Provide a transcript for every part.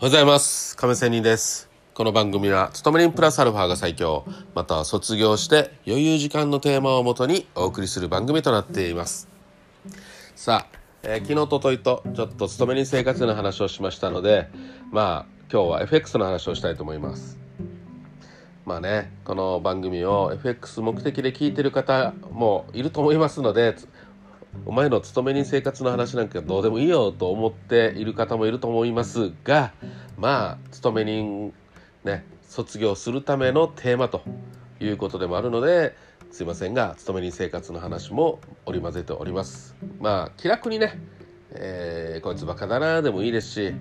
おはようございます。亀仙人です。この番組は勤め人プラスアルファが最強、または卒業して余裕時間のテーマをもとにお送りする番組となっています。さあ、昨日とといとちょっと勤め人生活の話をしましたので、今日は FX の話をしたいと思います。この番組を FX 目的で聞いてる方もいると思いますので、お前の勤め人生活の話なんかどうでもいいよと思っている方もいると思いますが、勤め人卒業するためのテーマということでもあるので、すいませんが勤め人生活の話も織り交ぜております。気楽にね、こいつバカだなでもいいですし、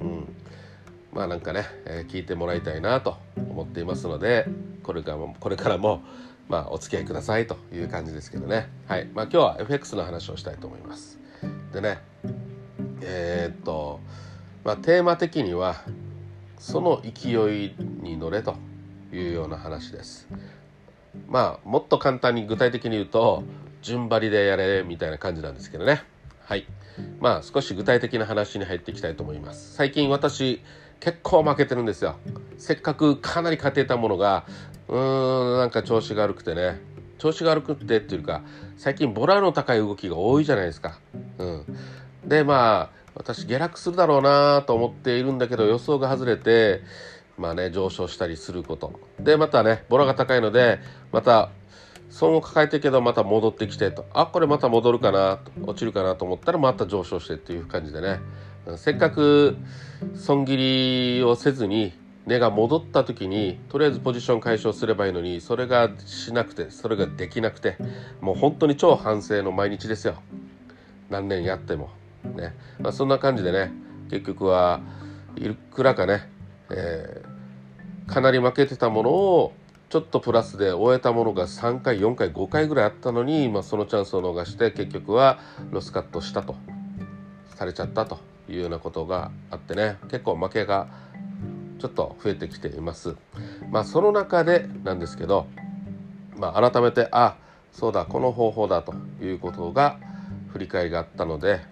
聞いてもらいたいなと思っていますので、これからもお付き合いくださいという感じですけどね。今日は FX の話をしたいと思います。でね、テーマ的にはその勢いに乗れというような話です。もっと簡単に具体的に言うと、順張りでやれみたいな感じなんですけどね。少し具体的な話に入っていきたいと思います。最近私結構負けてるんですよ。せっかくかなり勝てたものが調子が悪くてっていうか、最近ボラの高い動きが多いじゃないですか。で私下落するだろうなと思っているんだけど、予想が外れて上昇したりすることで、またねボラが高いのでまた損を抱えてるけどまた戻ってきてと、これまた戻るかなと、落ちるかなと思ったらまた上昇してっていう感じでね、せっかく損切りをせずに値が戻った時にとりあえずポジション解消すればいいのに、それができなくて、もう本当に超反省の毎日ですよ。何年やってもね、そんな感じでね、結局はいくらかね、かなり負けてたものをちょっとプラスで終えたものが3回4回5回ぐらいあったのに、そのチャンスを逃して結局はロスカットされちゃったというようなことがあってね、結構負けがちょっと増えてきています。その中でなんですけど、改めてそうだこの方法だということが振り返りがあったので、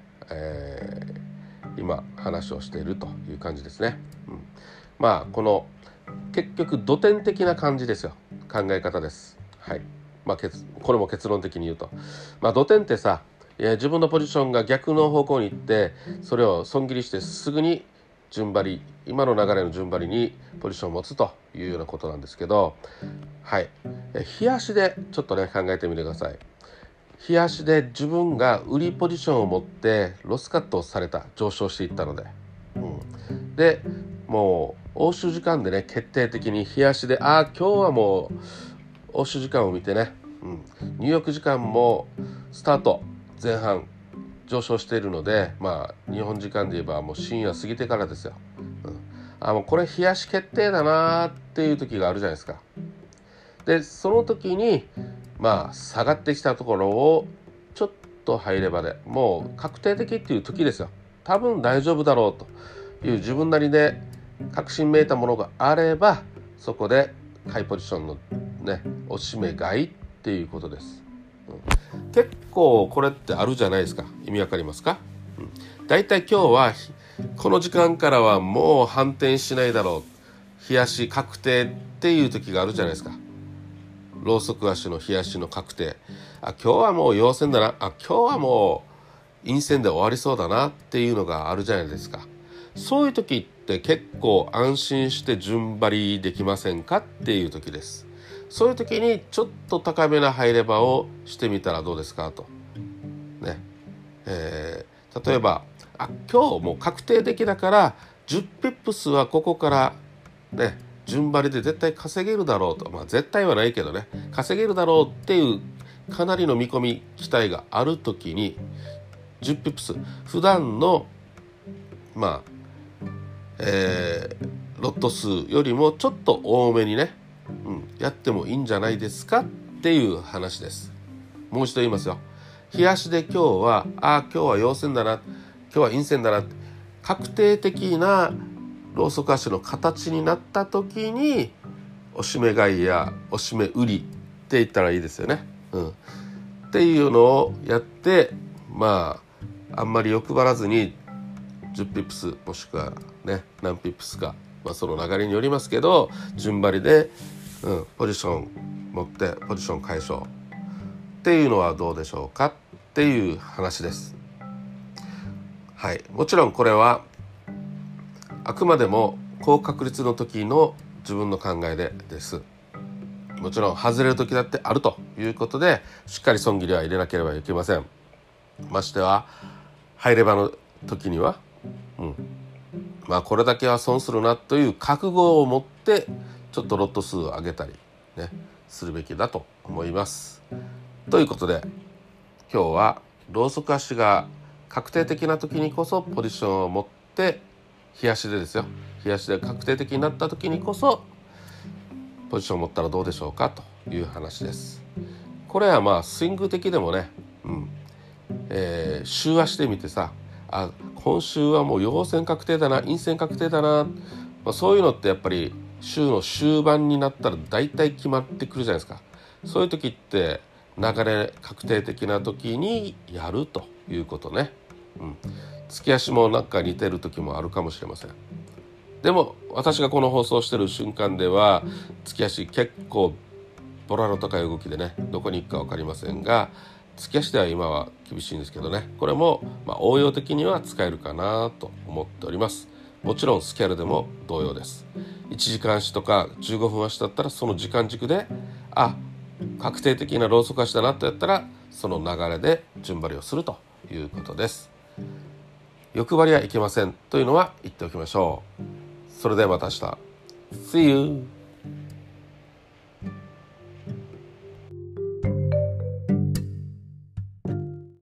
今話をしているという感じですね。この結局土点的な感じですよ。考え方です。これも結論的に言うと、土点ってさ、自分のポジションが逆の方向に行ってそれを損切りしてすぐに今の流れの順張りにポジションを持つというようなことなんですけど、日足でちょっとね考えてみてください。日足で自分が売りポジションを持ってロスカットをされた、上昇していったので、でもう欧州時間でね決定的に日足で今日はもう欧州時間を見てね、ニューヨーク時間もスタート前半上昇しているので、日本時間で言えばもう深夜過ぎてからですよ。もうこれ日足決定だなっていう時があるじゃないですか。でその時に下がってきたところをちょっと入ればでもう確定的っていう時ですよ。多分大丈夫だろうという自分なりで確信めいたものがあれば、そこで買いポジションのねおしめ買いっていうことです。結構これってあるじゃないですか。意味わかりますか？だいたい今日はこの時間からはもう反転しないだろう、日足確定っていう時があるじゃないですか。ローソク足の日足の確定、今日はもう陽線だな、今日はもう陰線で終わりそうだなっていうのがあるじゃないですか。そういう時って結構安心して順張りできませんかっていう時です。そういう時にちょっと高めな入れ歯をしてみたらどうですかとね。例えば今日もう確定的だから10ピップスはここからね順張りで絶対稼げるだろうと、絶対はないけどね稼げるだろうっていうかなりの見込み期待がある時に10ピップス普段のロット数よりもちょっと多めにね、やってもいいんじゃないですかっていう話です。もう一度言いますよ。日足で今日は今日は陽線だな、今日は陰線だな、確定的なローソク足の形になった時におしめ買いやおしめ売りって言ったらいいですよね。っていうのをやってあんまり欲張らずに 10ピップスもしくはね何ピップスか、その流れによりますけど順張りで、ポジション持ってポジション解消っていうのはどうでしょうかっていう話です。はい、もちろんこれはあくまでも高確率の時の自分の考えです。もちろん外れる時だってあるということでしっかり損切りは入れなければいけません。ましては入れ歯の時には、これだけは損するなという覚悟を持ってちょっとロット数を上げたりねするべきだと思います。ということで今日はローソク足が確定的な時にこそポジションを持って日足でですよ、日足で確定的になった時にこそポジションを持ったらどうでしょうかという話です。これはスイング的でもね、週足で見てさ、今週はもう陽線確定だな、陰線確定だな、そういうのってやっぱり週の終盤になったら大体決まってくるじゃないですか。そういう時って流れ確定的な時にやるということね。月足もなんか似てる時もあるかもしれません。でも私がこの放送してる瞬間では月足結構ボラの高い動きでねどこに行くか分かりませんが、月足では今は厳しいんですけどね、これも応用的には使えるかなと思っております。もちろんスキャルでも同様です。1時間足とか15分足だったらその時間軸で確定的なローソク足だなとやったらその流れで順張りをするということです。欲張りはいけませんというのは言っておきましょう。それではまた明日。See you!